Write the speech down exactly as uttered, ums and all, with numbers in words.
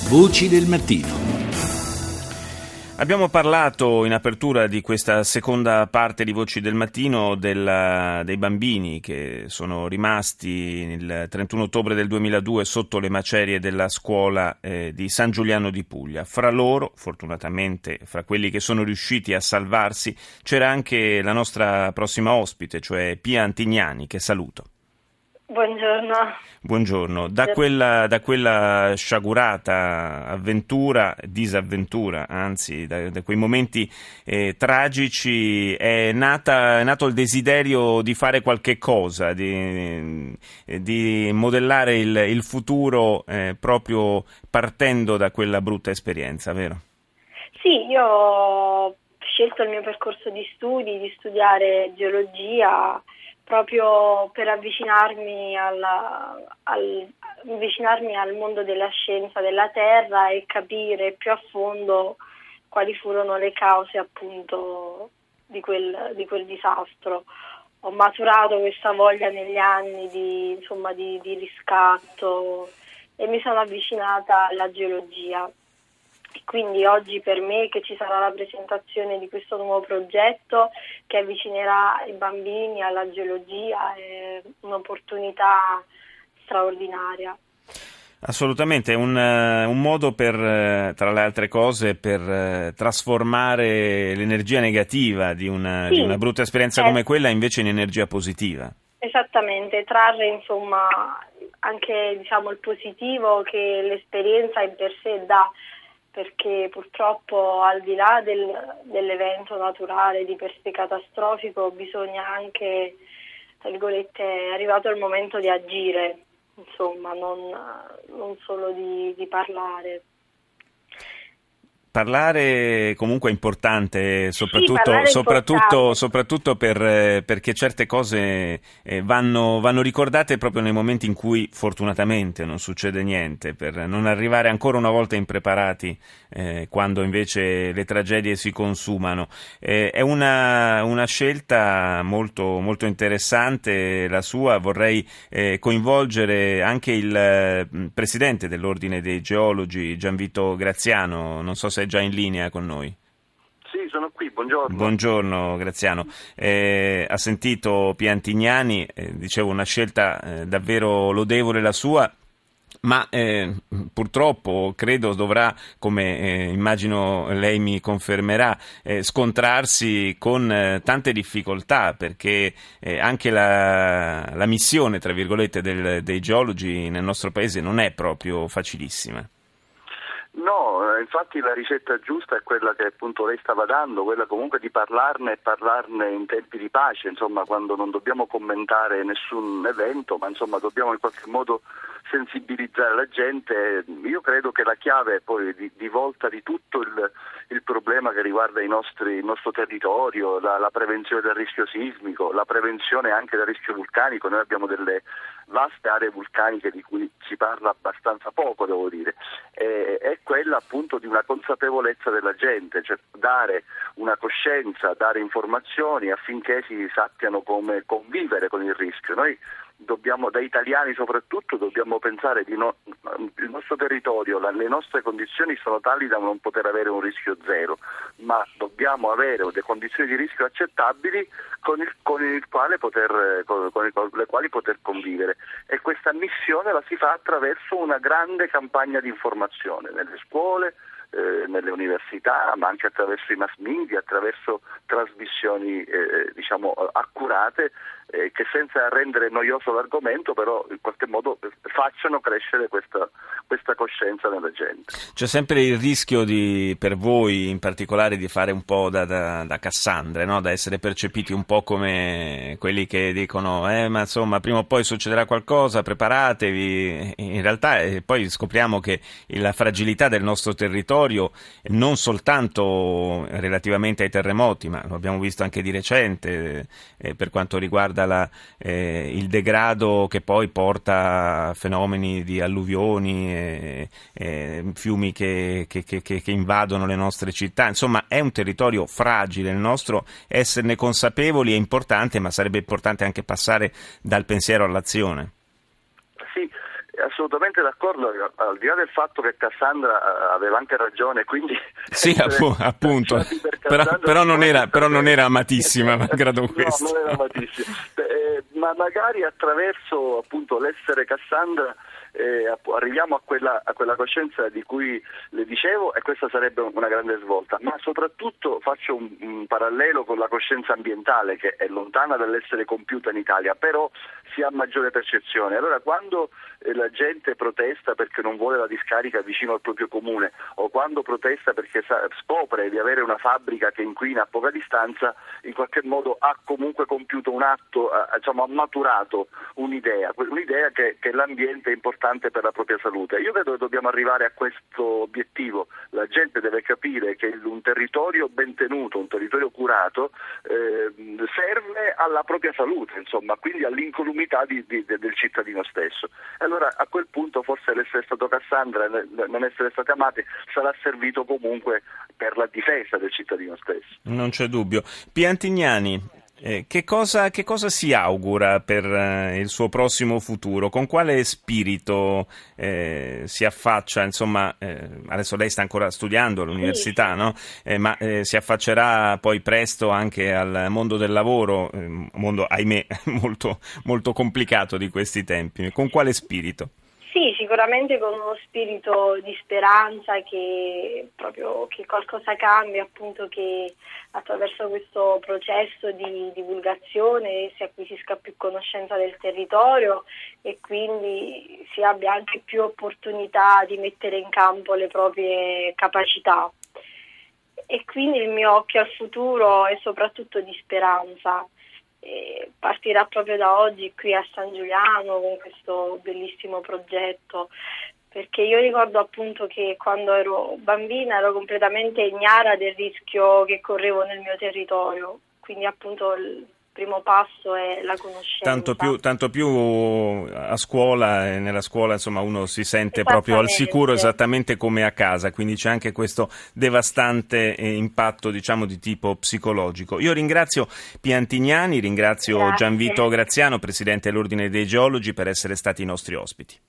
Voci del mattino. Abbiamo parlato in apertura di questa seconda parte di Voci del Mattino della, dei bambini che sono rimasti il trentuno ottobre del duemiladue sotto le macerie della scuola eh, di San Giuliano di Puglia. Fra loro, fortunatamente, fra quelli che sono riusciti a salvarsi, c'era anche la nostra prossima ospite, cioè Pia Antignani, che saluto. Buongiorno. Buongiorno. Da quella, da quella sciagurata avventura, disavventura, anzi, da, da quei momenti eh, tragici è, nata, è nato il desiderio di fare qualche cosa, di, di modellare il, il futuro eh, proprio partendo da quella brutta esperienza, vero? Sì, io ho scelto il mio percorso di studi, di studiare geologia, proprio per avvicinarmi, alla, al, avvicinarmi al mondo della scienza della Terra e capire più a fondo quali furono le cause appunto di quel, di quel disastro. Ho maturato questa voglia negli anni di, insomma, di, di riscatto e mi sono avvicinata alla geologia. Quindi oggi per me che ci sarà la presentazione di questo nuovo progetto che avvicinerà i bambini alla geologia è un'opportunità straordinaria. Assolutamente, è un, un modo per, tra le altre cose, per trasformare l'energia negativa di una, sì, di una brutta esperienza eh, come quella invece in energia positiva. Esattamente, trarre insomma anche diciamo il positivo che l'esperienza in per sé dà, perché purtroppo al di là del, dell'evento naturale di per sé catastrofico bisogna anche, tra virgolette, è arrivato il momento di agire, insomma, non, non solo di, di parlare. Parlare comunque è importante, soprattutto, sì, è soprattutto, importante. soprattutto per, perché certe cose vanno, vanno ricordate proprio nei momenti in cui fortunatamente non succede niente, per non arrivare ancora una volta impreparati eh, quando invece le tragedie si consumano. Eh, è una, una scelta molto, molto interessante la sua. Vorrei eh, coinvolgere anche il eh, presidente dell'Ordine dei Geologi, Gianvito Graziano, non so se è già in linea con noi. Sì, sono qui, buongiorno. Buongiorno Graziano. Eh, ha sentito Pia Antignani, eh, dicevo una scelta eh, davvero lodevole la sua, ma eh, purtroppo credo dovrà, come eh, immagino lei mi confermerà, eh, scontrarsi con eh, tante difficoltà, perché eh, anche la, la missione, tra virgolette, del, dei geologi nel nostro paese non è proprio facilissima. No, infatti la ricetta giusta è quella che appunto lei stava dando, quella comunque di parlarne e parlarne in tempi di pace, insomma, quando non dobbiamo commentare nessun evento, ma insomma dobbiamo in qualche modo sensibilizzare la gente. Io credo che la chiave poi di, di volta di tutto il, il problema che riguarda i nostri, il nostro territorio, la, la prevenzione del rischio sismico, la prevenzione anche del rischio vulcanico. Noi abbiamo delle vaste aree vulcaniche di cui si parla abbastanza poco, devo dire, e, è quella appunto di una consapevolezza della gente, cioè dare una coscienza, dare informazioni affinché si sappiano come convivere con il rischio. Noi dobbiamo, da italiani soprattutto, dobbiamo pensare di no, il nostro territorio, la, le nostre condizioni sono tali da non poter avere un rischio zero, ma dobbiamo avere delle condizioni di rischio accettabili con, il, con, il quale poter, con, con, il, con le quali poter convivere, e questa missione la si fa attraverso una grande campagna di informazione nelle scuole, eh, nelle università, ma anche attraverso i mass media, attraverso trasmissioni eh, diciamo accurate, eh, che senza rendere noioso l'argomento però in qualche modo facciano crescere questa, questa coscienza nella gente. C'è sempre il rischio di, per voi in particolare, di fare un po' da, da, da Cassandre, no? Da essere percepiti un po' come quelli che dicono eh ma insomma prima o poi succederà qualcosa, preparatevi. In realtà eh, poi scopriamo che la fragilità del nostro territorio non soltanto relativamente ai terremoti, ma lo abbiamo visto anche di recente eh, per quanto riguarda la, eh, il degrado che poi porta a fenomeni di alluvioni, eh, eh, fiumi che, che, che, che invadono le nostre città. Insomma, è un territorio fragile il nostro, esserne consapevoli è importante, ma sarebbe importante anche passare dal pensiero all'azione. Sì, Assolutamente d'accordo, al di là del fatto che Cassandra aveva anche ragione, quindi sì, appu- appunto, per però, però, non era, però non era amatissima, malgrado questo. No, non era amatissima, eh, ma magari attraverso appunto l'essere Cassandra eh, arriviamo a quella, a quella coscienza di cui le dicevo, e questa sarebbe una grande svolta, ma soprattutto faccio un, un parallelo con la coscienza ambientale, che è lontana dall'essere compiuta in Italia, però si ha maggiore percezione. Allora quando eh, la gente protesta perché non vuole la discarica vicino al proprio comune, o quando protesta perché sa- scopre di avere una fabbrica che inquina a poca distanza, in qualche modo ha comunque compiuto un atto, ha, diciamo, ha maturato un'idea, un'idea che, che l'ambiente è importante per la propria salute. Io credo che dobbiamo arrivare a questo obiettivo. La gente deve capire che un territorio ben tenuto, un territorio curato, eh, serve alla propria salute, insomma, quindi all'incolumità di, di, del cittadino stesso. E allora a quel punto forse l'essere stato Cassandra e non essere stati amati sarà servito comunque per la difesa del cittadino stesso. Non c'è dubbio. Piantignani, Eh, che cosa, che cosa si augura per eh, il suo prossimo futuro? Con quale spirito eh, si affaccia? Insomma, eh, adesso lei sta ancora studiando all'università, no? Eh, ma eh, si affaccerà poi presto anche al mondo del lavoro, eh, mondo, ahimè, molto, molto complicato di questi tempi. Con quale spirito? Sì, sicuramente con uno spirito di speranza che proprio che qualcosa cambia, appunto, che attraverso questo processo di divulgazione si acquisisca più conoscenza del territorio e quindi si abbia anche più opportunità di mettere in campo le proprie capacità. E quindi il mio occhio al futuro è soprattutto di speranza. E partirà proprio da oggi qui a San Giuliano con questo bellissimo progetto, perché io ricordo appunto che quando ero bambina ero completamente ignara del rischio che correvo nel mio territorio, quindi appunto il primo passo è la conoscenza. Tanto più, tanto più a scuola, e nella scuola insomma uno si sente proprio al sicuro esattamente come a casa, quindi c'è anche questo devastante impatto, diciamo, di tipo psicologico. Io ringrazio Piantignani, ringrazio Grazie. Gianvito Graziano, presidente dell'Ordine dei Geologi, per essere stati i nostri ospiti.